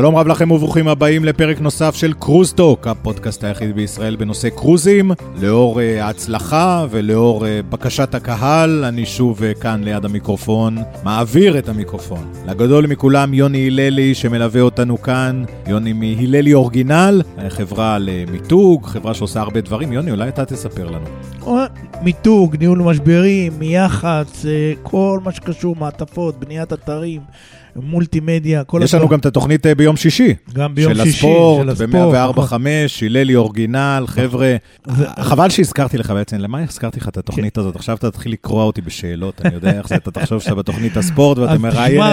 שלום רב לכם וברוכים הבאים לפרק נוסף של קרוזטוק, הפודקאסט היחיד בישראל בנושא קרוזים. לאור ההצלחה ולאור בקשת הקהל, אני שוב כאן ליד המיקרופון, מעביר את המיקרופון לגדול מכולם, יוני הללי שמלווה אותנו כאן. יוני מהללי אורגינל, חברה למיתוג, חברה שעושה הרבה דברים. יוני, אולי אתה תספר לנו. מיתוג, ניהול משברים, מיחץ, כל מה שקשור, מעטפות, בניית אתרים, מולטימדיה, כל יש לנו גם את התוכנית ביום שישי. גם ביום של שישי, הספורט, ב-104.5, הללי אורגינל, חבר'ה. חבל שהזכרתי לך בעצם, למה הזכרתי לך את התוכנית הזאת? עכשיו אתה תתחיל לקרוא אותי בשאלות, אני יודע איך זה, אתה תחשוב שאתה בתוכנית הספורט, ואתה מראיין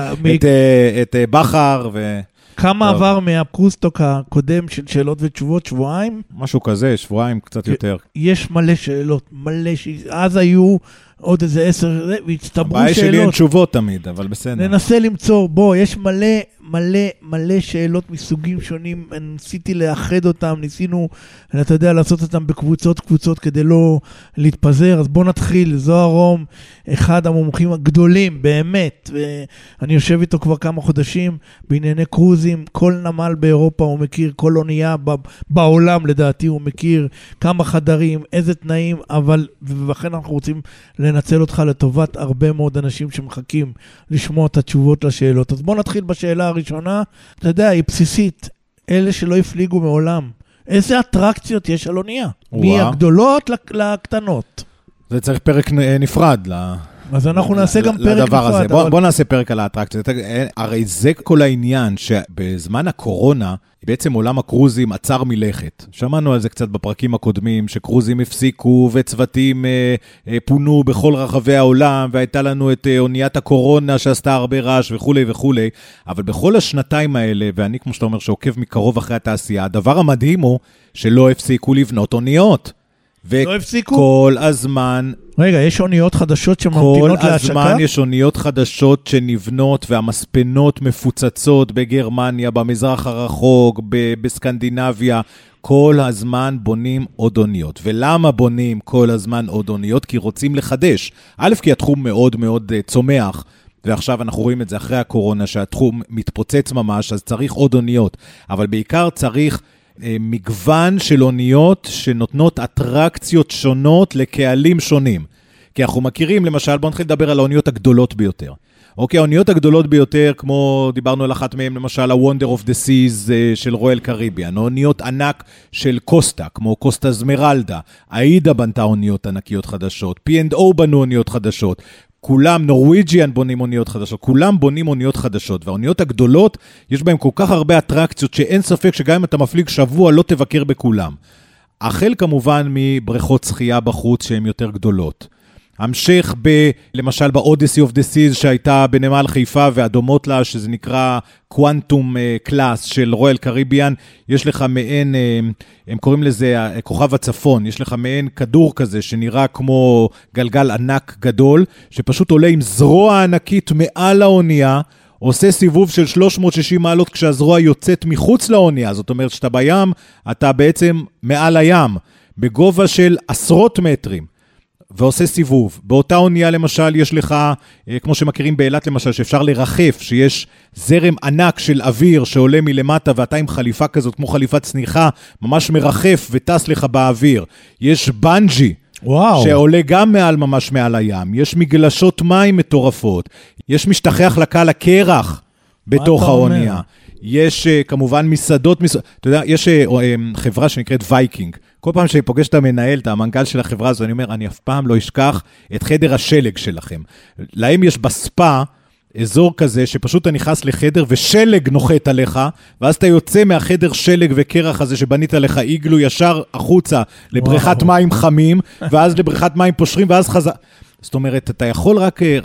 את בחר ו... כמה עבר מהקרוזטוק הקודם של שאלות ותשובות? שבועיים? משהו כזה, שבועיים קצת יותר. יש מלא שאלות, מלא אז היו עוד איזה 10, והצטברו שאלות. הבעיה שלי אין תשובות תמיד, אבל בסדר. ננסה למצוא, יש מלא שאלות מסוגים שונים, ניסיתי לאחד אותם, ניסינו, אתה יודע, לעשות אותם בקבוצות כדי לא להתפזר, אז בוא נתחיל. זוהר רום, אחד המומחים הגדולים, באמת, ואני יושב איתו כבר כמה חודשים, בענייני קרוזים, כל נמל באירופה הוא מכיר, כל אונייה בעולם לדעתי הוא מכיר, כמה חדרים, איזה תנאים, אבל, ולכן אנחנו רוצים לנצל אותך לטובת הרבה מאוד אנשים שמחכים לשמוע את התשובות לשאלות. אז בוא נתחיל בשאלה הראשונה, אתה יודע, היא בסיסית, אלה שלא הפליגו מעולם. איזה אטרקציות יש על אונייה? מהגדולות לקטנות. זה צריך פרק נפרד אז אנחנו נעשה גם פרק נפרד. בוא נעשה פרק על האטרקציות. הרי זה כל העניין שבזמן הקורונה, בעצם עולם הקרוזים עצר מלכת. שמענו על זה קצת בפרקים הקודמים, שקרוזים הפסיקו וצוותים פונו בכל רחבי העולם, והייתה לנו את אוניית הקורונה שעשתה הרבה רעש וכו' וכו'. אבל בכל השנתיים האלה, ואני כמו שאתה אומר שעוקב מקרוב אחרי התעשייה, הדבר המדהים הוא שלא הפסיקו לבנות אוניות. לא הפסיקו? וכל הזמן... רגע, יש אוניות חדשות שממתינות להשקה? כל הזמן יש אוניות חדשות שנבנות, והמספנות מפוצצות בגרמניה, במזרח הרחוק, בסקנדינביה. כל הזמן בונים עוד אוניות. ולמה בונים כל הזמן עוד אוניות? כי רוצים לחדש. א', כי התחום מאוד מאוד צומח, ועכשיו אנחנו רואים את זה אחרי הקורונה, שהתחום מתפוצץ ממש, אז צריך עוד אוניות. אבל בעיקר צריך... מגוון של אוניות שנותנות אטרקציות שונות לקהלים שונים. כי אנחנו מכירים, למשל, בוא נתחיל לדבר על האוניות הגדולות ביותר. אוקיי, האוניות הגדולות ביותר, כמו דיברנו על אחת מהן, למשל, ה-Wonder of the Seas של רויאל קריביאן, אוניות ענק של קוסטה, כמו קוסטה זמרלדה, האידה בנתה אוניות ענקיות חדשות, P&O בנו אוניות חדשות, כולם, נורוויג'יאן בונים אוניות חדשות, כולם בונים אוניות חדשות, והאוניות הגדולות, יש בהם כל כך הרבה אטרקציות, שאין ספק שגם אם אתה מפליג שבוע, לא תבקר בכולם. החל כמובן מבריכות שחייה בחוץ, שהן יותר גדולות. המשך למשל ב-Odyssey of the Seas, שהייתה בנמל חיפה, והדומות לה, שזה נקרא קוואנטום קלאס של רויאל קריביאן, יש לך מעין, הם קוראים לזה כוכב הצפון, יש לך מעין כדור כזה, שנראה כמו גלגל ענק גדול, שפשוט עולה עם זרוע ענקית מעל האונייה, עושה סיבוב של 360 מעלות, כשהזרוע יוצאת מחוץ לאונייה, זאת אומרת שאתה בים, אתה בעצם מעל הים, בגובה של עשרות מטרים. ועושה סיבוב. באותה אונייה למשל יש לך, כמו שמכירים באילת למשל, שאפשר לרחף, שיש זרם ענק של אוויר שעולה מלמטה, ואתה עם חליפה כזאת, כמו חליפת צניחה, ממש מרחף וטס לך באוויר. יש בנג'י, שעולה גם ממש מעל הים. יש מגלשות מים מטורפות. יש משטחי החלקה לקרח בתוך האונייה. יש כמובן מסעדות, אתה יודע, יש חברה שנקראת וייקינג. כל פעם שאני פוגש את המנהל, את המנכ"ל של החברה הזו, אני אומר, אני אף פעם לא אשכח את חדר השלג שלכם. להם יש בספה אזור כזה, שפשוט אתה נכנס לחדר ושלג נוחת עליך, ואז אתה יוצא מהחדר שלג וקרח הזה שבנית לך איגלו ישר החוצה לבריכת מים חמים, ואז לבריכת מים פושרים, ואז חזר... זאת אומרת, אתה יכול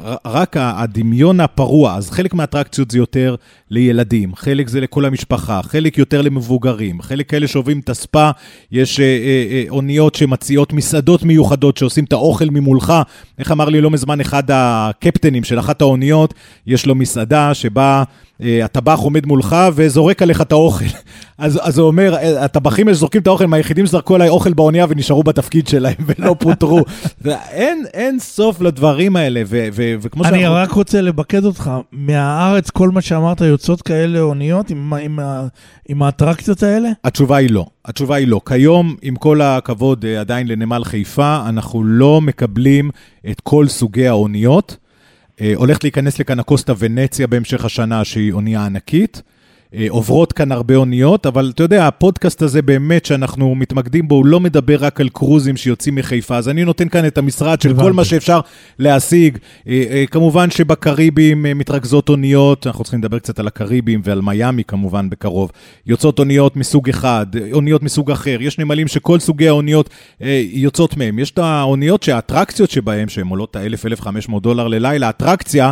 רק הדמיון הפרוע, אז חלק מהאטרקציות זה יותר לילדים, חלק זה לכל המשפחה, חלק יותר למבוגרים, חלק כאלה שעוברים את הספה, יש אוניות שמציעות מסעדות מיוחדות שעושים את האוכל ממולך, איך אמר לי לא מזמן אחד הקפטנים של אחת האוניות, יש לו מסעדה שבה הטבח עומד מולך וזורק עליך את האוכל. אז הוא אומר, הטבחים שזורקים את האוכל, מהיחידים שזרקו עליי אוכל באונייה ונשארו בתפקיד שלהם ולא פוטרו. אין סוף לדברים האלה, וכמו אני רק רוצה לבקד אותך, מהארץ כל מה שאמרת יוצאות כאלה אוניות עם האטרקציות האלה? התשובה היא לא. כיום, עם כל הכבוד עדיין לנמל חיפה, אנחנו לא מקבלים את כל סוגי האוניות. הולכת להיכנס לכאן הקוסטה ונציה בהמשך השנה, שהיא אונייה ענקית. עוברות כאן הרבה אוניות, אבל אתה יודע, הפודקאסט הזה באמת שאנחנו מתמקדים בו, הוא לא מדבר רק על קרוזים שיוצאים מחיפה, אז אני נותן כאן את המשרד של כל מה שאפשר להשיג. כמובן שבקריבים מתרכזות אוניות, אנחנו צריכים לדבר קצת על הקריבים ועל מיאמי כמובן בקרוב. יוצאות אוניות מסוג אחד, אוניות מסוג אחר, יש נמלים שכל סוגי האוניות יוצאות מהם. יש את האוניות שהאטרקציות שבהם, שהן עולות $1,000-1,500 ללילה, האטרקציה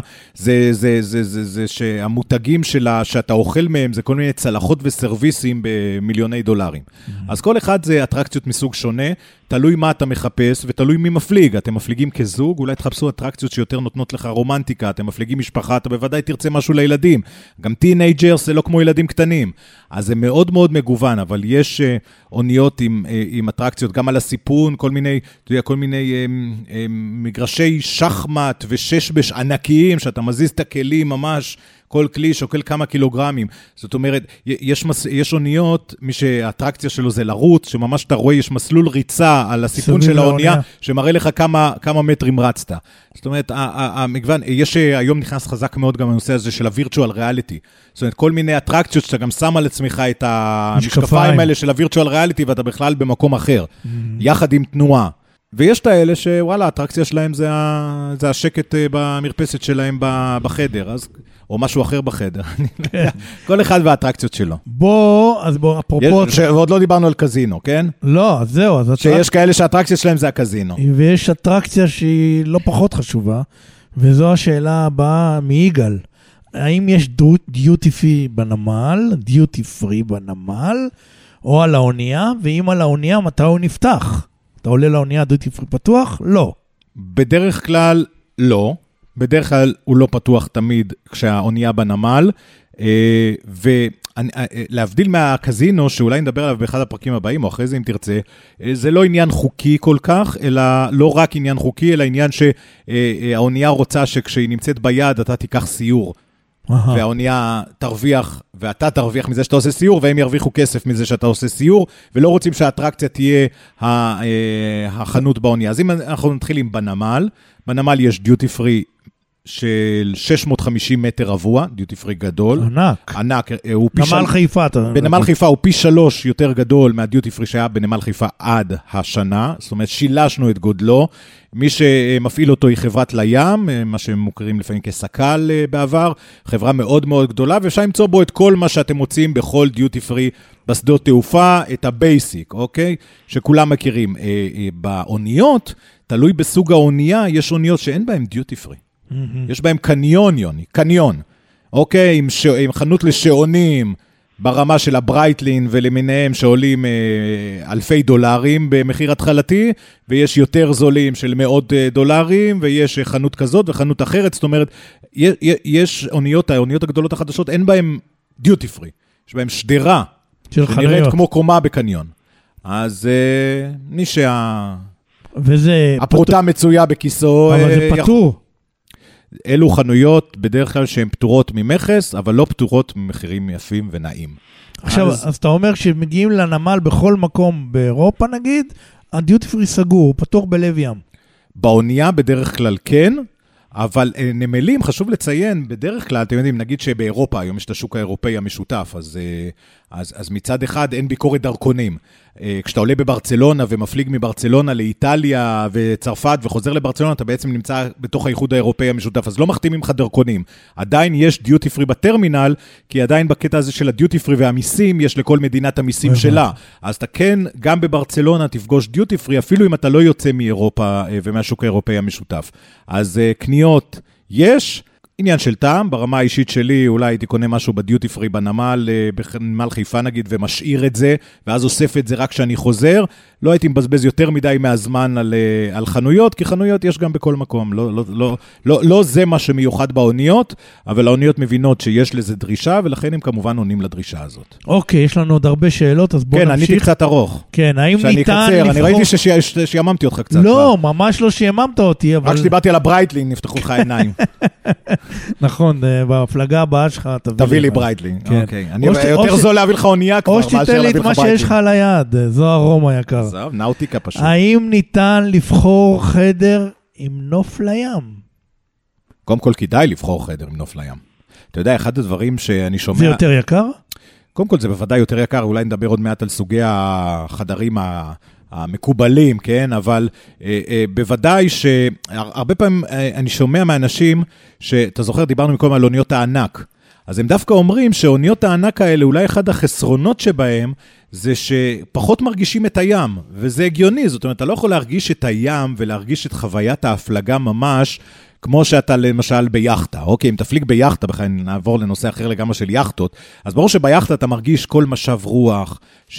זה שהמותגים שלה, שאתה אוכל מהם, זה כל מיני צלחות וסרוויסים במיליוני דולרים. אז כל אחד זה אטרקציות מסוג שונה, תלוי מה אתה מחפש ותלוי מי מפליג. אתם מפליגים כזוג, אולי תחפשו אטרקציות שיותר נותנות לך רומנטיקה, אתם מפליגים משפחה, אתה בוודאי תרצה משהו לילדים. גם טינג'רס זה לא כמו ילדים קטנים. אז זה מאוד מאוד מגוון, אבל יש אוניות עם אטרקציות, גם על הסיפון, כל מיני מגרשי שחמט וששבש ענקיים, שאתה מזיז את הכלים ממש, כל כלי שוקל כמה קילוגרמים. זאת אומרת, יש אוניות, מי שהאטרקציה שלו זה לרוץ, שממש אתה רואה, יש מסלול ריצה על הסיפון של האונייה, שמראה לך כמה מטרים רצת. זאת אומרת, המגוון, היום נכנס חזק מאוד גם הנושא הזה של הווירטואל ריאליטי. זאת אומרת, כל מיני אטרקציות שאתה גם שם על עצמך את המשקפיים האלה של הווירטואל ריאליטי, ואתה בכלל במקום אחר, יחד עם תנועה. ויש את האלה שוואלה, האטרקציה שלהם זה השקט במרפסת שלהם בחדר, או משהו אחר בחדר. כל אחד והאטרקציות שלו. אז אפרופו... ועוד לא דיברנו על קזינו, כן? לא, אז זהו. שיש כאלה שהאטרקציה שלהם זה הקזינו. ויש אטרקציה שהיא לא פחות חשובה, וזו השאלה הבאה מיגאל. האם יש דיוטי פרי בנמל, או על האונייה, ואם על האונייה, מתי הוא נפתח? אתה עולה לאונייה דיוטי פרי פתוח? לא. בדרך כלל לא. בדרך כלל הוא לא פתוח תמיד כשהאונייה בנמל, ולהבדיל מהקזינו, שאולי נדבר עליו באחד הפרקים הבאים, או אחרי זה אם תרצה, זה לא עניין חוקי כל כך, אלא לא רק עניין חוקי, אלא עניין שהאונייה רוצה שכשהיא נמצאת ביד, אתה תיקח סיור. והאונייה תרוויח, ואתה תרוויח מזה שאתה עושה סיור, והם ירוויחו כסף מזה שאתה עושה סיור, ולא רוצים שהאטרקציה תהיה החנות באונייה. אז אם אנחנו נתחילים בנמל יש דיוטי פרי של 650 מטר רבוע, דיוטי פרי גדול. ענק. נמל חיפה. בנמל חיפה הוא פי 3 יותר גדול מהדיוטי פרי שהיה בנמל חיפה עד השנה, זאת אומרת שילשנו את גודלו, מי שמפעיל אותו היא חברת לים, מה שהם מוכרים לפעמים כסקל בעבר, חברה מאוד מאוד גדולה, ואפשר למצוא בו את כל מה שאתם מוצאים בכל דיוטי פרי בשדות תעופה, את הבייסיק, אוקיי? שכולם מכירים. באוניות, תלוי בסוג האונייה, יש אוניות שאין בהן דיוטי פרי. יש בהם קניון, אוקיי, עם חנות לשעונים ברמה של הברייטלין ולמיניהם שעולים אלפי דולרים במחיר התחלתי, ויש יותר זולים של מאות דולרים, ויש חנות כזאת וחנות אחרת, זאת אומרת, יש האוניות הגדולות החדשות, אין בהם דיוטי פרי, יש בהם שדרה, שנראית כמו קומה בקניון. אז מי הפרוטה מצויה בכיסו, אבל זה פטור. אלו חנויות בדרך כלל שהן פטורות ממכס, אבל לא פטורות ממחירים יפים ונעים. עכשיו, אז אתה אומר שמגיעים לנמל בכל מקום באירופה נגיד, הדיוטי פרי סגור, פתוח בלב ים. באונייה בדרך כלל כן, אבל נמלים, חשוב לציין, בדרך כלל, אתם יודעים, נגיד שבאירופה, היום יש את השוק האירופאי המשותף, אז מצד אחד אין ביקורת דרכונים. כשאתה עולה בברצלונה ומפליג מברצלונה לאיטליה וצרפת וחוזר לברצלונה, אתה בעצם נמצא בתוך האיחוד האירופאי המשותף, אז לא מחתימים לך דרכונים. עדיין יש דיוטי פרי בטרמינל, כי עדיין בקטע הזה של הדיוטי פרי והמיסים, יש לכל מדינת המיסים שלה. אז אתה כן, גם בברצלונה תפגוש דיוטי פרי, אפילו אם אתה לא יוצא מאירופה ומהשוק האירופאי המשותף. אז קניות יש, עניין של טעם, ברמה האישית שלי, אולי הייתי קונה משהו בדיוטי פרי בנמל, בנמל חיפה נגיד, ומשאיר את זה, ואז אוסף את זה רק כשאני חוזר. לא הייתי מבזבז יותר מדי מהזמן על חנויות, כי חנויות יש גם בכל מקום. לא זה מה שמיוחד באוניות, אבל האוניות מבינות שיש לזה דרישה, ולכן הם כמובן עונים לדרישה הזאת. אוקיי, יש לנו עוד הרבה שאלות, אז בואו נמשיך. כן, עניתי קצת ארוך. כן, האם ניתן לבחור... אני ראיתי שיממתי אותך קצת. לא, ממש לא שיממת אותי, אבל... רק שדיברתי על הברייטלין, נפתחו לך עיניים. נכון, בהפלגה הבאה שלך תביא לי ברייטלין. אוקיי. אני יותר זול להביא לך אונייה כבר, או שתיתן לי את מה שיש לך על היד, זו הרום היקר. זו, נאוטיקה פשוט. האם ניתן לבחור חדר עם נוף לים? קודם כל כדאי לבחור חדר עם נוף לים. אתה יודע, אחד הדברים שאני שומע... זה יותר יקר? קודם כל זה בוודאי יותר יקר, אולי נדבר עוד מעט על סוגי החדרים המקובלים, כן? אבל בוודאי שהרבה פעמים אני שומע מאנשים, שאתה זוכר, דיברנו מקודם על אוניות הענק, אז הם דווקא אומרים שאוניות הענק האלה, אולי אחד החסרונות שבהם, זה שפחות מרגישים את הים, וזה הגיוני, זאת אומרת, אתה לא יכול להרגיש את הים, ולהרגיש את חוויית ההפלגה ממש, כמו שאתה למשל ביחטה, אוקיי, אם תפליג ביחטה, בכלל נעבור לנושא אחר לגמרי של יחטות, אז ברור שביחטה אתה מרגיש כל משב רוח,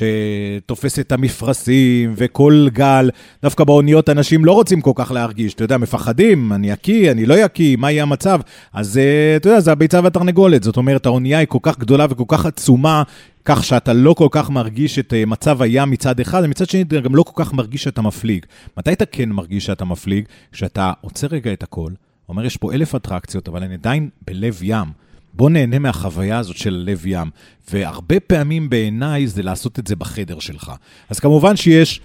שתופס את המפרשים, וכל גל, דווקא באוניות אנשים לא רוצים כל כך להרגיש, אתה יודע, מפחדים, אני יקי, אני לא יקי, מה יהיה המצב? אז אתה יודע, זה הביצה והתרנגולת, זאת אומרת, האונייה היא כל כך גדולה וכל כך עצומה, כך שאתה לא כל כך מרגיש את מצב הים מצד אחד, ומצד שני אתה גם לא כל כך מרגיש שאתה מפליג. מתי אתה כן מרגיש שאתה מפליג? כשאתה עוצר רגע את הכל, אומר, יש פה 1000 אטרקציות, אבל אני עדיין בלב ים. בוא נהנה מהחוויה הזאת של לב ים. והרבה פעמים בעיניי זה לעשות את זה בחדר שלך. אז כמובן שיש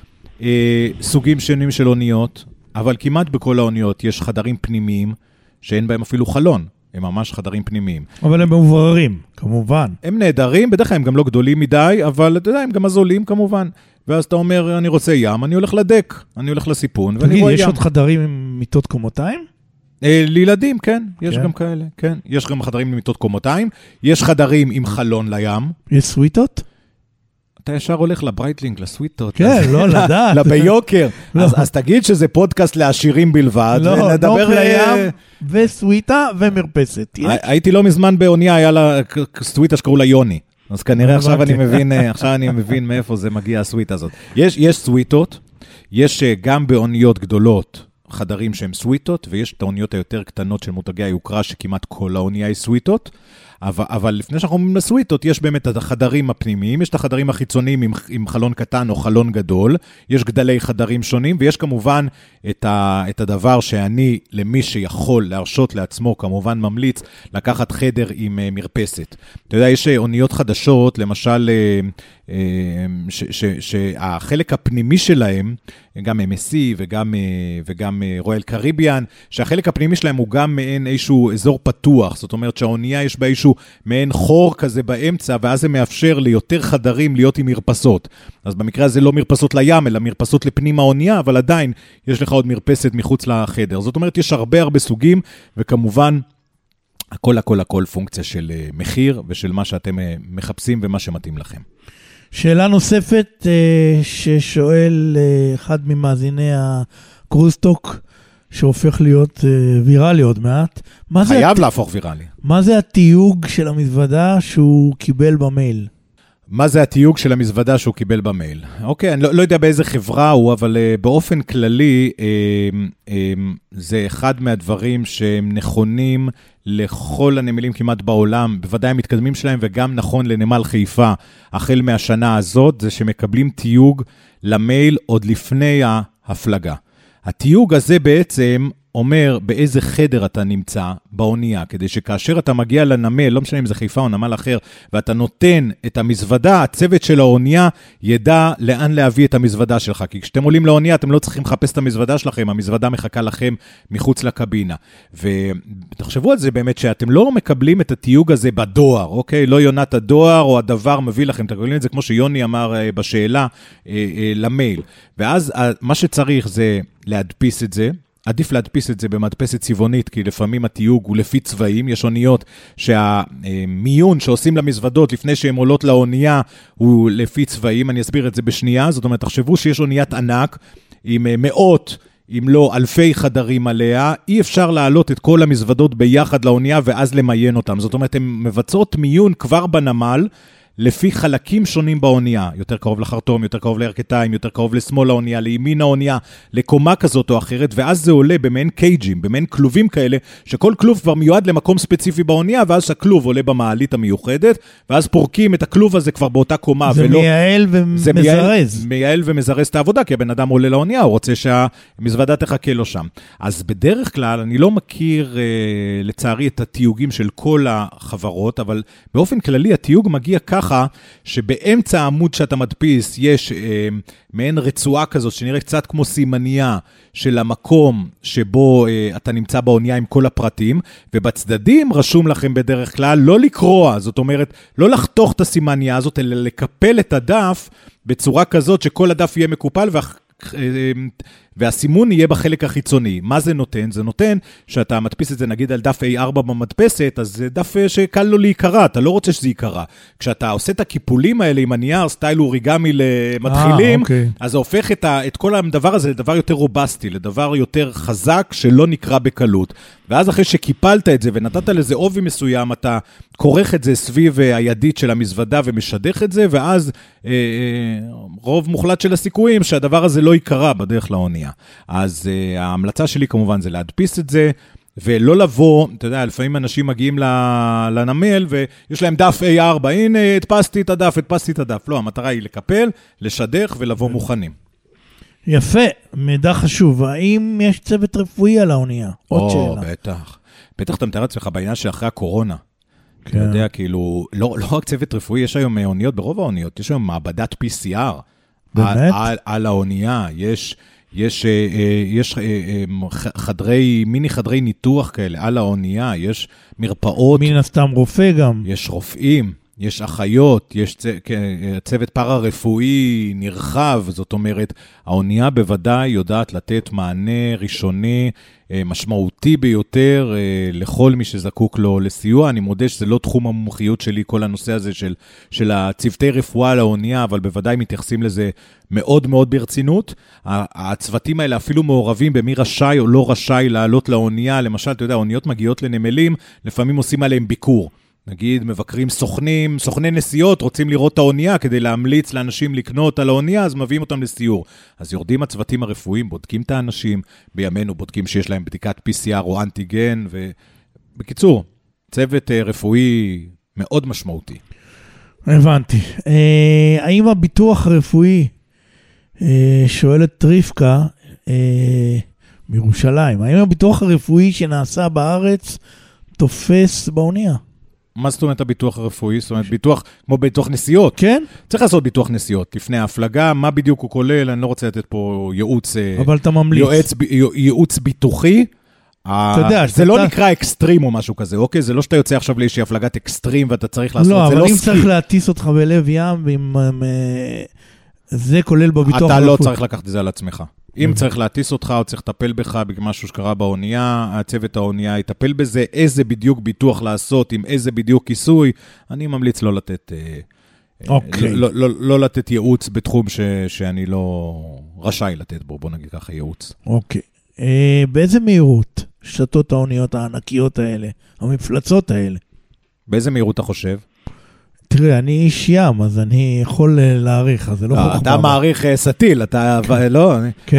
סוגים שונים של אוניות, אבל כמעט בכל האוניות יש חדרים פנימיים, שאין בהם אפילו חלון. הם ממש חדרים פנימיים. אבל הם מבוררים, כמובן. הם נהדרים, בדרך כלל הם גם לא גדולים מדי, אבל אתה יודע, הם גם הזולים כמובן. ואז אתה אומר, אני רוצה ים, אני הולך לדק, אני הולך לסיפון, ואני רואה ים. תגיד, יש עוד חדרים עם מיטות קומותיים? לילדים, כן, יש גם כאלה, כן. יש גם חדרים עם מיטות קומותיים, יש חדרים עם חלון לים. יש סוויטות? אתה ישר הולך לברייטלינג, לסוויטות. כן, לא לדעת. לביוקר. אז תגיד שזה פודקאסט לעשירים בלבד. לא, נוף לים וסוויטה ומרפסת. הייתי לא מזמן באונייה, היה לה סוויטה שקראו לה יוני. אז כנראה עכשיו אני מבין מאיפה זה מגיע הסוויטה הזאת. יש סוויטות, יש גם באוניות גדולות חדרים שהם סוויטות, ויש את האוניות היותר קטנות של מותגי היוקרה, שכמעט כל האונייה היא סוויטות, אבל לפני שאנחנו אומרים לסוויטות, יש באמת את החדרים הפנימיים, יש את החדרים החיצוניים עם חלון קטן או חלון גדול, יש גדלי חדרים שונים, ויש כמובן את הדבר שאני, למי שיכול להרשות לעצמו, כמובן ממליץ, לקחת חדר עם מרפסת. אתה יודע, יש אוניות חדשות, למשל, שהחלק הפנימי שלהם, גם MSC וגם רויאל קריביאן, שהחלק הפנימי שלהם הוא גם מעין איזשהו אזור פתוח, זאת אומרת שהאונייה יש בה איזשהו מעין חור כזה באמצע, ואז זה מאפשר ליותר חדרים להיות עם מרפסות. אז במקרה הזה לא מרפסות לים, אלא מרפסות לפנים האונייה, אבל עדיין יש לך עוד מרפסת מחוץ לחדר. זאת אומרת, יש הרבה סוגים, וכמובן, הכל פונקציה של מחיר, ושל מה שאתם מחפשים ומה שמתאים לכם. שאלה נוספת ששואל אחד ממאזיני הקרוזטוק, שהופך להיות ויראלי עוד מעט. חייב להפוך ויראלי. מה זה התיוג של המזוודה שהוא קיבל במייל? מה זה התיוג של המזוודה שהוא קיבל במייל? אוקיי, אני לא יודע באיזה חברה הוא, אבל באופן כללי, זה אחד מהדברים שהם נכונים לכל הנמלים כמעט בעולם, בוודאי המתקדמים שלהם, וגם נכון לנמל חיפה, החל מהשנה הזאת, זה שמקבלים תיוג למייל עוד לפני ההפלגה. התיוג הזה בעצם אומר באיזה חדר אתה נמצא באונייה, כדי שכאשר אתה מגיע לנמל, לא משנה אם זה חיפה או נמל אחר, ואתה נותן את המזוודה, הצוות של האונייה ידע לאן להביא את המזוודה שלך, כי כשאתם עולים לאונייה, אתם לא צריכים לחפש את המזוודה שלכם, המזוודה מחכה לכם מחוץ לקבינה. ותחשבו על זה באמת, שאתם לא מקבלים את התיוג הזה בדואר, אוקיי? לא יונת הדואר או הדבר מביא לכם, אתם מקבלים את זה כמו שיוני אמר בשאלה למייל. ואז מה שצריך זה להדפיס את זה, עדיף להדפיס את זה במדפסת צבעונית, כי לפעמים התיוג הוא לפי צבעים, יש אוניות שהמיון שעושים למזוודות לפני שהן עולות לאונייה הוא לפי צבעים, אני אסביר את זה בשנייה, זאת אומרת, תחשבו שיש אוניית ענק עם מאות, אם לא אלפי חדרים עליה, אי אפשר להעלות את כל המזוודות ביחד לאונייה ואז למיין אותם. זאת אומרת, הן מבצעות מיון כבר בנמל, לפי חלקים שונים באונייה, יותר קרוב לחרטום, יותר קרוב לירכתיים, יותר קרוב לשמאל האונייה, לימין האונייה, לקומה כזאת או אחרת, ואז זה עולה במעין קייג'ים, במעין כלובים כאלה, שכל כלוב כבר מיועד למקום ספציפי באונייה, ואז הכלוב עולה במעלית המיוחדת, ואז פורקים את הכלוב הזה כבר באותה קומה. זה מייעל ומזרז. מייעל ומזרז את העבודה, כי הבן אדם עולה לאונייה, הוא רוצה שהמזוודה תחכה לו שם. אז בדרך כלל, אני לא מכיר לצערי את התיוגים של כל החברות, אבל באופן כללי התיוג מגיע ככה, שבאמצע העמוד שאתה מדפיס יש מעין רצועה כזאת שנראה קצת כמו סימניה של המקום שבו אתה נמצא באונייה עם כל הפרטים, ובצדדים רשום לכם בדרך כלל לא לקרוע, זאת אומרת לא לחתוך את הסימניה הזאת, אלא לקפל את הדף בצורה כזאת שכל הדף יהיה מקופל והסימון יהיה בחלק החיצוני. מה זה נותן? זה נותן שאתה מדפיס את זה נגיד על דף A4 במדפסת, אז זה דף שקל לו להיקרא, אתה לא רוצה שזה ייקרא. כשאתה עושה את הקיפולים האלה עם הנייר, סטייל אוריגמי למתחילים, אז זה הופך את כל הדבר הזה לדבר יותר רובסטי, לדבר יותר חזק שלא נקרא בקלות. ואז אחרי שקיפלת את זה ונתת לזה עובי מסוים, אתה כורך את זה סביב הידית של המזוודה ומשדך את זה, ואז רוב מוחלט של הסיכויים שהדבר הזה לא ייקרא בדרך לאונייה. אז ההמלצה שלי כמובן זה להדפיס את זה, ולא לבוא, אתה יודע, לפעמים אנשים מגיעים לנמל, ויש להם דף A4, הנה, הדפסתי את הדף. לא, המטרה היא לקפל, לשדך ולבוא מוכנים. יפה, מידע חשוב. האם יש צוות רפואי על האונייה? עוד שאלה. בטח אתה מתאר עצמך בעניין שאחרי הקורונה. אתה יודע, כאילו, לא רק צוות רפואי, יש היום אוניות, ברוב האוניות, יש היום מעבדת PCR. באמת? על האונייה, יש מיני חדרי ניתוח כאלה על האונייה, יש מרפאות. מן הסתם רופא גם. יש רופאים, יש אחיות, יש צוות פארה-רפואי נרחב, זאת אומרת, האונייה בוודאי יודעת לתת מענה ראשוני, משמעותי ביותר לכל מי שזקוק לו לסיוע. אני מודה שזה לא תחום המומחיות שלי, כל הנושא הזה של הצוותי רפואה לאונייה, אבל בוודאי מתייחסים לזה מאוד מאוד ברצינות. הצוותים האלה אפילו מעורבים במי רשאי או לא רשאי לעלות לאונייה. למשל, אתה יודע, האוניות מגיעות לנמלים, לפעמים עושים עליהם ביקור. נגיד, מבקרים סוכני נסיעות, רוצים לראות את האונייה כדי להמליץ לאנשים לקנות על האונייה, אז מביאים אותם לסיור. אז יורדים הצוותים הרפואיים, בודקים את האנשים, בימינו בודקים שיש להם בדיקת PCR או אנטיגן, ובקיצור, צוות רפואי מאוד משמעותי. הבנתי. האם הביטוח הרפואי, שואלת רבקה, בירושלים, האם הביטוח הרפואי שנעשה בארץ תופס באונייה? מה זאת אומרת הביטוח הרפואי? זאת אומרת, ביטוח, כמו ביטוח נסיעות. כן? צריך לעשות ביטוח נסיעות. לפני ההפלגה, מה בדיוק הוא כולל? אני לא רוצה לתת פה ייעוץ... אבל אתה ממליץ. ייעוץ ביטוחי. אתה יודע, זה לא נקרא אקסטרים או משהו כזה, אוקיי? זה לא שאתה יוצא עכשיו לאיזושהי הפלגת אקסטרים ואתה צריך לעשות, לא, זה לא אבל אם סקי. צריך להטיס אותך בלב ים, זה כולל בביטוח אתה הרפואי. לא צריך לקחת את זה על עצמך. אם צריך להטיס אותך או צריך לטפל בך במשהו שקרה באונייה, הצוות האונייה יטפל בזה, איזה בדיוק ביטוח לעשות, עם איזה בדיוק כיסוי, אני ממליץ לא לתת, לא לתת ייעוץ בתחום שאני לא רשאי לתת בו, בוא נגיד ככה ייעוץ. אוקיי. באיזה מהירות שתות האוניות הענקיות האלה, המפלצות האלה? באיזה מהירות אתה חושב? תראה, אני איש ים, אז אני יכול להעריך, אז זה לא חוכמה. אתה מעריך סטיל, אתה, לא,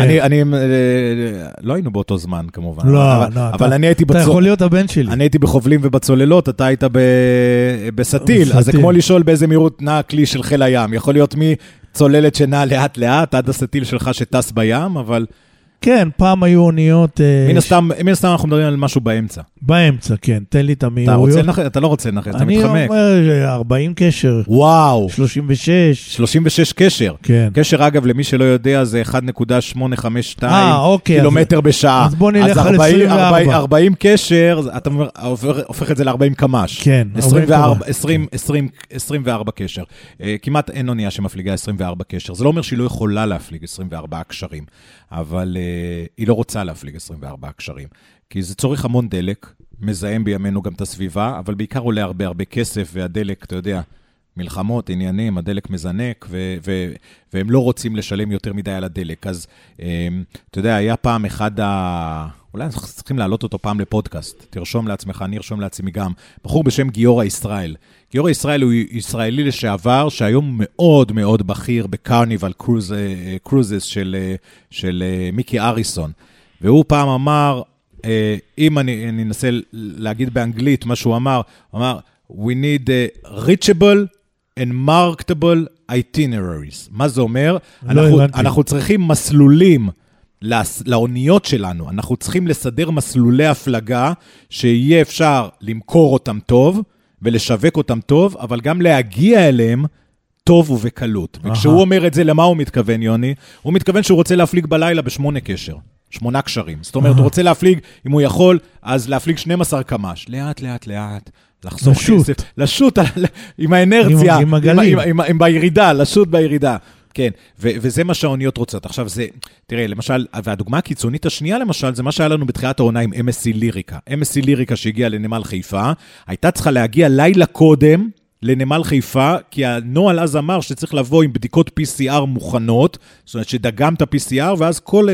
לא היינו באותו זמן כמובן. לא, אבל אני הייתי אתה יכול להיות הבן שלי. אני הייתי בחובלים ובצוללות, אתה היית בסטיל, אז זה כמו לשאול באיזה מהירות נע כלי של חיל הים. יכול להיות מצוללת שנע לאט לאט, עד הסטיל שלך שטס בים, אבל... כן, פעם היו אוניות... מן הסתם אנחנו מדברים על משהו באמצע. באמצע, כן, תן לי את המהירויות. אתה לא רוצה לנחש, אתה מתחמק. אני אומר 40 קשר. וואו. 36. 36 קשר. כן. קשר, אגב, למי שלא יודע, זה 1.852 אוקיי, קילומטר בשעה. אז בוא נלך על 24. 40 קשר, אתה הופך את זה ל-40 קמ"ש. כן. 24 קשר. כמעט אין אונייה שמפליגה 24 קשר. זה לא אומר שהיא לא יכולה להפליג 24 קשרים. אבל היא לא רוצה להפליג 24 קשרים, כי זה צורך המון דלק, מזהם בימינו גם את הסביבה, אבל בעיקר עולה הרבה כסף, והדלק, אתה יודע, מלחמות, עניינים, הדלק מזנק, והם לא רוצים לשלם יותר מדי על הדלק. אז אתה יודע, היה פעם אולי אנחנו צריכים להעלות אותו פעם לפודקאסט, תרשום לעצמך, אני ארשום לעצמי גם, בחור בשם גיורא ישראל. גיורא ישראל הוא ישראלי לשעבר, שהיום מאוד מאוד בכיר בקרניבל קרוזס של מיקי אריסון. והוא פעם אמר, אם אני אנסה להגיד באנגלית מה שהוא אמר, הוא אמר, we need reachable and marketable itineraries. מה זה אומר? אנחנו צריכים מסלולים לאוניות שלנו, אנחנו צריכים לסדר מסלולי הפלגה, שיהיה אפשר למכור אותם טוב, ולשווק אותם טוב, אבל גם להגיע אליהם טוב ובקלות. וכשהוא אומר את זה, למה הוא מתכוון, יוני? הוא מתכוון שהוא רוצה להפליג בלילה ב8 קשר. 8 קשרים. זאת אומרת, הוא רוצה להפליג, אם הוא יכול, אז להפליג 12 קמ"ש. לאט, לאט, לאט. לחסוך כסף. לשוט עם האנרציה. עם הגלים. עם בירידה, לשוט בירידה. כן, וזה מה שהאוניות רוצות. עכשיו זה, תראה, למשל, והדוגמה הקיצונית השנייה למשל, זה מה שהיה לנו בתחילת העונה עם MSC ליריקה. MSC ליריקה שהגיעה לנמל חיפה, הייתה צריכה להגיע לילה קודם לנמל חיפה, כי הנוהל אז אמר שצריך לבוא עם בדיקות PCR מוכנות, זאת אומרת שדגם את ה-PCR, ואז כל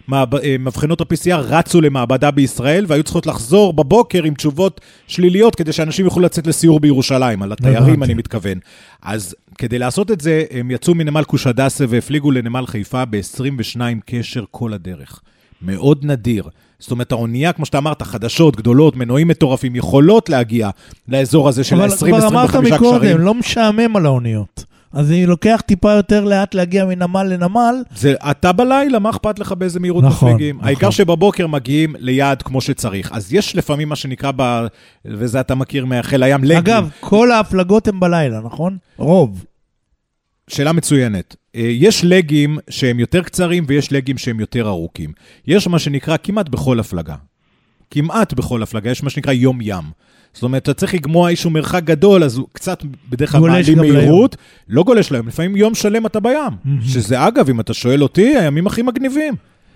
מבחנות ה-PCR רצו למעבדה בישראל, והיו צריכות לחזור בבוקר עם תשובות שליליות, כדי שאנשים יוכלו לצאת לסיור בירושלים, על התיירים אני מתכוון. אז כדי לעשות את זה, הם יצאו מנמל קושדסה והפליגו לנמל חיפה ב-22 קשר כל הדרך. מאוד נדיר. זאת אומרת, האונייה, כמו שאתה אמרת, חדשות, גדולות, מנועים מטורפים, יכולות להגיע לאזור הזה של 20-25 קשרים. אבל כבר אמרת מקודם, לא משעמם על האוניות. אז אני לוקח טיפה יותר לאט להגיע מנמל לנמל. זה אתה בלילה, מה אכפת לך באיזה מהירות מפליגים? העיקר שבבוקר מגיעים ליעד כמו שצריך. אז יש לפעמים מה שנקרא, וזה אתה מכיר מהחיל הים, לגים. אגב, כל ההפלגות הן בלילה, נכון? רוב. שאלה מצוינת. יש לגים שהם יותר קצרים ויש לגים שהם יותר ארוכים. יש מה שנקרא כמעט בכל הפלגה. כמעט בכל הפלגה. יש מה שנקרא יום ים. זאת אומרת, אתה צריך לגמוע איזשהו מרחק גדול, אז הוא קצת בדרך כלל מעלים מהירות. לא גולש להם, לפעמים יום שלם אתה בים. שזה אגב, אם אתה שואל אותי, הימים הכי מגניבים.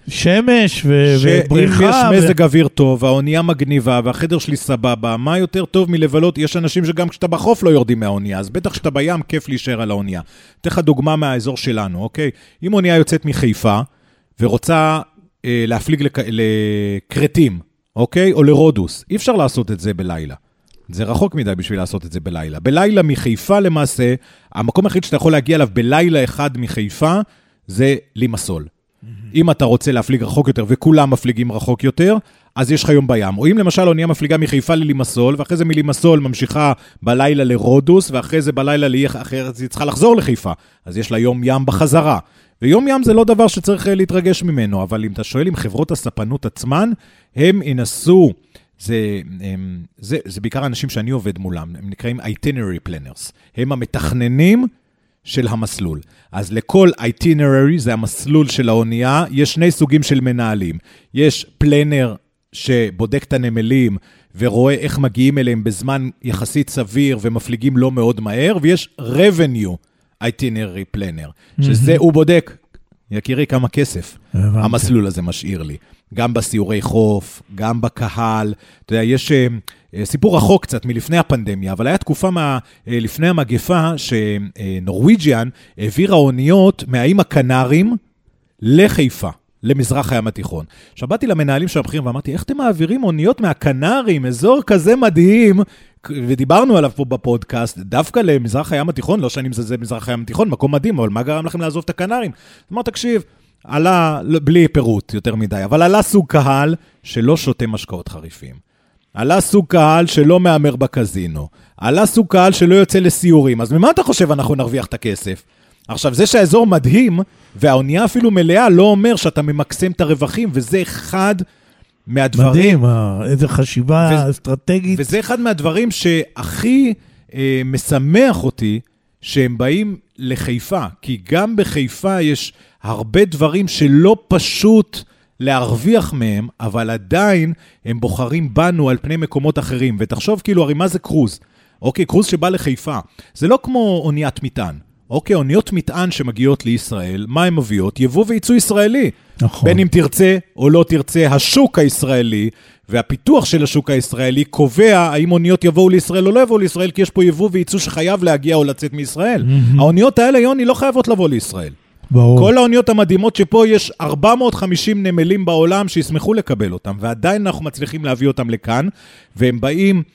שמש ובריחה. אם יש מזג אוויר טוב, האונייה מגניבה, והחדר שלי סבבה, מה יותר טוב מלבלות? יש אנשים שגם כשאתה בחוף לא יורדים מהאונייה, אז בטח כשאתה בים כיף להישאר על האונייה. אתן לך דוגמה מהאזור שלנו, אוקיי? אם אונייה יוצאת מחיפה, ורוצה להפליג לקרטים, אוקיי? או לרודוס, אי אפשר לעשות את זה בלילה. זה רחוק מדי בשביל לעשות את זה בלילה. בלילה מחיפה למעשה, המקום היחיד שאתה יכול להגיע אליו בלילה אחד מחיפה, זה לימסול. אם אתה רוצה להפליג רחוק יותר, וכולם מפליגים רחוק יותר, אז יש לך יום בים. או אם למשל אונייה מפליגה מחיפה ללימסול, ואחרי זה מלימסול ממשיכה בלילה לרודוס, ואחרי זה בלילה אחרת היא צריכה לחזור לחיפה. אז יש לה יום ים בחזרה. ויום ים זה לא דבר שצריך להתרגש ממנו, אבל אם אתה שואל עם חברות הספנות עצמן, הם ינסו, זה בעיקר אנשים שאני עובד מולם, הם נקראים itinerary planners. הם המתכננים של המסלול. אז לכל itinerary, זה המסלול של האונייה, יש שני סוגים של מנהלים. יש פלנר שבודק את הנמלים ורואה איך מגיעים אליהם בזמן יחסית סביר ומפליגים לא מאוד מהר, ויש revenue itinerary planner, שזה הוא בודק, יכירי כמה כסף המסלול הזה משאיר לי. גם בסיורי חוף, גם בקהל. אתה יודע, יש סיפור רחוק קצת מלפני הפנדמיה, אבל היה תקופה לפני המגפה שנורוויג'יאן העבירה אוניות מהאיים הקנרים לחיפה, למזרח הים התיכון. עכשיו באתי למנהלים של הבכירים ואמרתי, איך אתם מעבירים אוניות מהקנרים, אזור כזה מדהים, ודיברנו עליו פה בפודקאסט, דווקא למזרח הים התיכון, לא שאני מזלזל מזרח הים התיכון, מקום מדהים, אבל מה גרם לכם לעזוב את הקנרים? זאת אומרת, תקשיב, עלה, בלי פירוט יותר מדי, אבל עלה סוג קהל שלא שותה משקאות חריפים. עלה סוג קהל שלא מאמר בקזינו. עלה סוג קהל שלא יוצא לסיורים. אז ממה אתה חושב אנחנו נרוויח את הכסף? עכשיו, זה שהאזור מדהים, והאונייה אפילו מלאה, לא אומר שאתה ממקסם את הרווחים, וזה אחד מהדברים... מדהים, איזו חשיבה אסטרטגית. וזה אחד מהדברים שהכי משמח אותי, שהם באים לחיפה, כי גם בחיפה יש הרבה דברים שלא פשוט להרוויח מהם, אבל עדיין הם בוחרים בנו על פני מקומות אחרים, ותחשוב כאילו, הרי מה זה קרוז? אוקיי, קרוז שבא לחיפה, זה לא כמו אוניית מטען. אוקיי, אוניות מטען שמגיעות לישראל, מה הן מביאות? יבוא וייצוא ישראלי. נכון. בין אם תרצה או לא תרצה, השוק הישראלי והפיתוח של השוק הישראלי קובע האם אוניות יבואו לישראל או לא יבואו לישראל, כי יש פה יבוא וייצוא שחייב להגיע או לצאת מישראל. האוניות האלה, יוני, לא חייבות לבוא לישראל. ברור. כל האוניות המדהימות שפה יש 450 נמלים בעולם שישמחו לקבל אותם, ועדיין אנחנו מצליחים להביא אותם לכאן, והם באים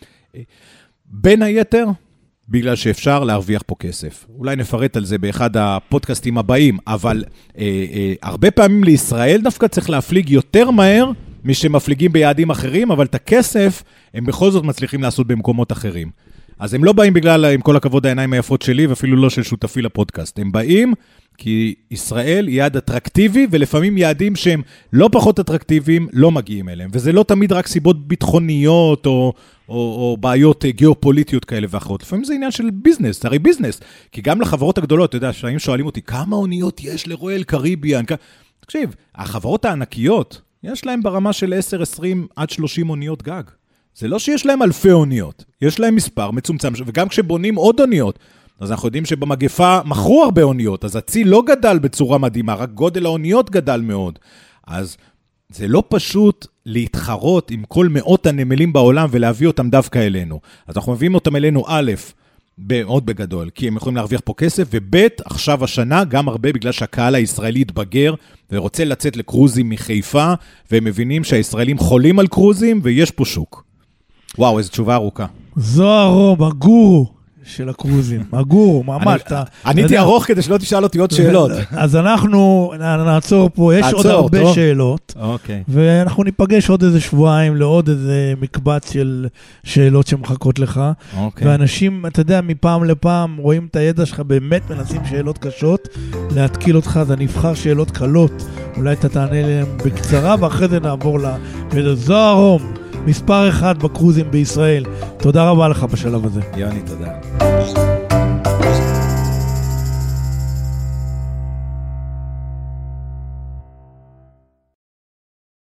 בין היתר בגלל שאפשר להרוויח פה כסף. אולי נפרט על זה באחד הפודקאסטים הבאים, אבל הרבה פעמים לישראל דווקא צריך להפליג יותר מהר משמפליגים ביעדים אחרים, אבל את הכסף הם בכל זאת מצליחים לעשות במקומות אחרים. אז הם לא באים בגלל, עם כל הכבוד, העיניים היפות שלי, ואפילו לא של שותפי לפודקאסט. הם באים כי ישראל יעד אטרקטיבי, ולפעמים יעדים שהם לא פחות אטרקטיביים, לא מגיעים אליהם. וזה לא תמיד רק סיבות ביטחוניות, או בעיות גיאופוליטיות כאלה ואחרות. לפעמים זה עניין של ביזנס, הרי ביזנס. כי גם לחברות הגדולות, אתה יודע, כשהם שואלים אותי, כמה אוניות יש לרויאל קריביאן? תקשיב, החברות הענקיות, יש להם ברמה של 10, 20 עד 30 אוניות גג. זה לא שיש להם אלפי אוניות, יש להם מספר מצומצם, וגם כשבונים עוד אוניות, אז אנחנו יודעים שבמגפה מכרו הרבה אוניות, אז הצי לא גדל בצורה מדהימה, רק גודל האוניות גדל מאוד. אז זה לא פשוט להתחרות עם כל מאות הנמלים בעולם ולהביא אותם דווקא אלינו. אז אנחנו מביאים אותם אלינו א', מאוד בגדול, כי הם יכולים להרוויח פה כסף, וב' עכשיו השנה גם הרבה בגלל שהקהל הישראלי התבגר, ורוצה לצאת לקרוזים מחיפה, והם מבינים שהישראלים חולים על קרוזים, ויש פה שוק. וואו, איזו תשובה ארוכה. זוהר רום, הגורו של הקרוזים, הגורו, ממש. עניתי ארוך כדי שלא תשאל אותי עוד שאלות. אז אנחנו נעצור פה, יש עוד הרבה שאלות, ואנחנו ניפגש עוד איזה שבועיים לעוד איזה מקבץ של שאלות שמחכות לך, ואנשים, אתה יודע, מפעם לפעם רואים את הידע שלך, באמת מנסים שאלות קשות, להתקיל אותך, אז אני אבחר שאלות קלות, אולי אתה תענה להם בקצרה, ואחרי זה נעבור זוהר רום, מספר 1 בקרוזים בישראל. תודה רבה לך בשלב הזה. יוני, תודה.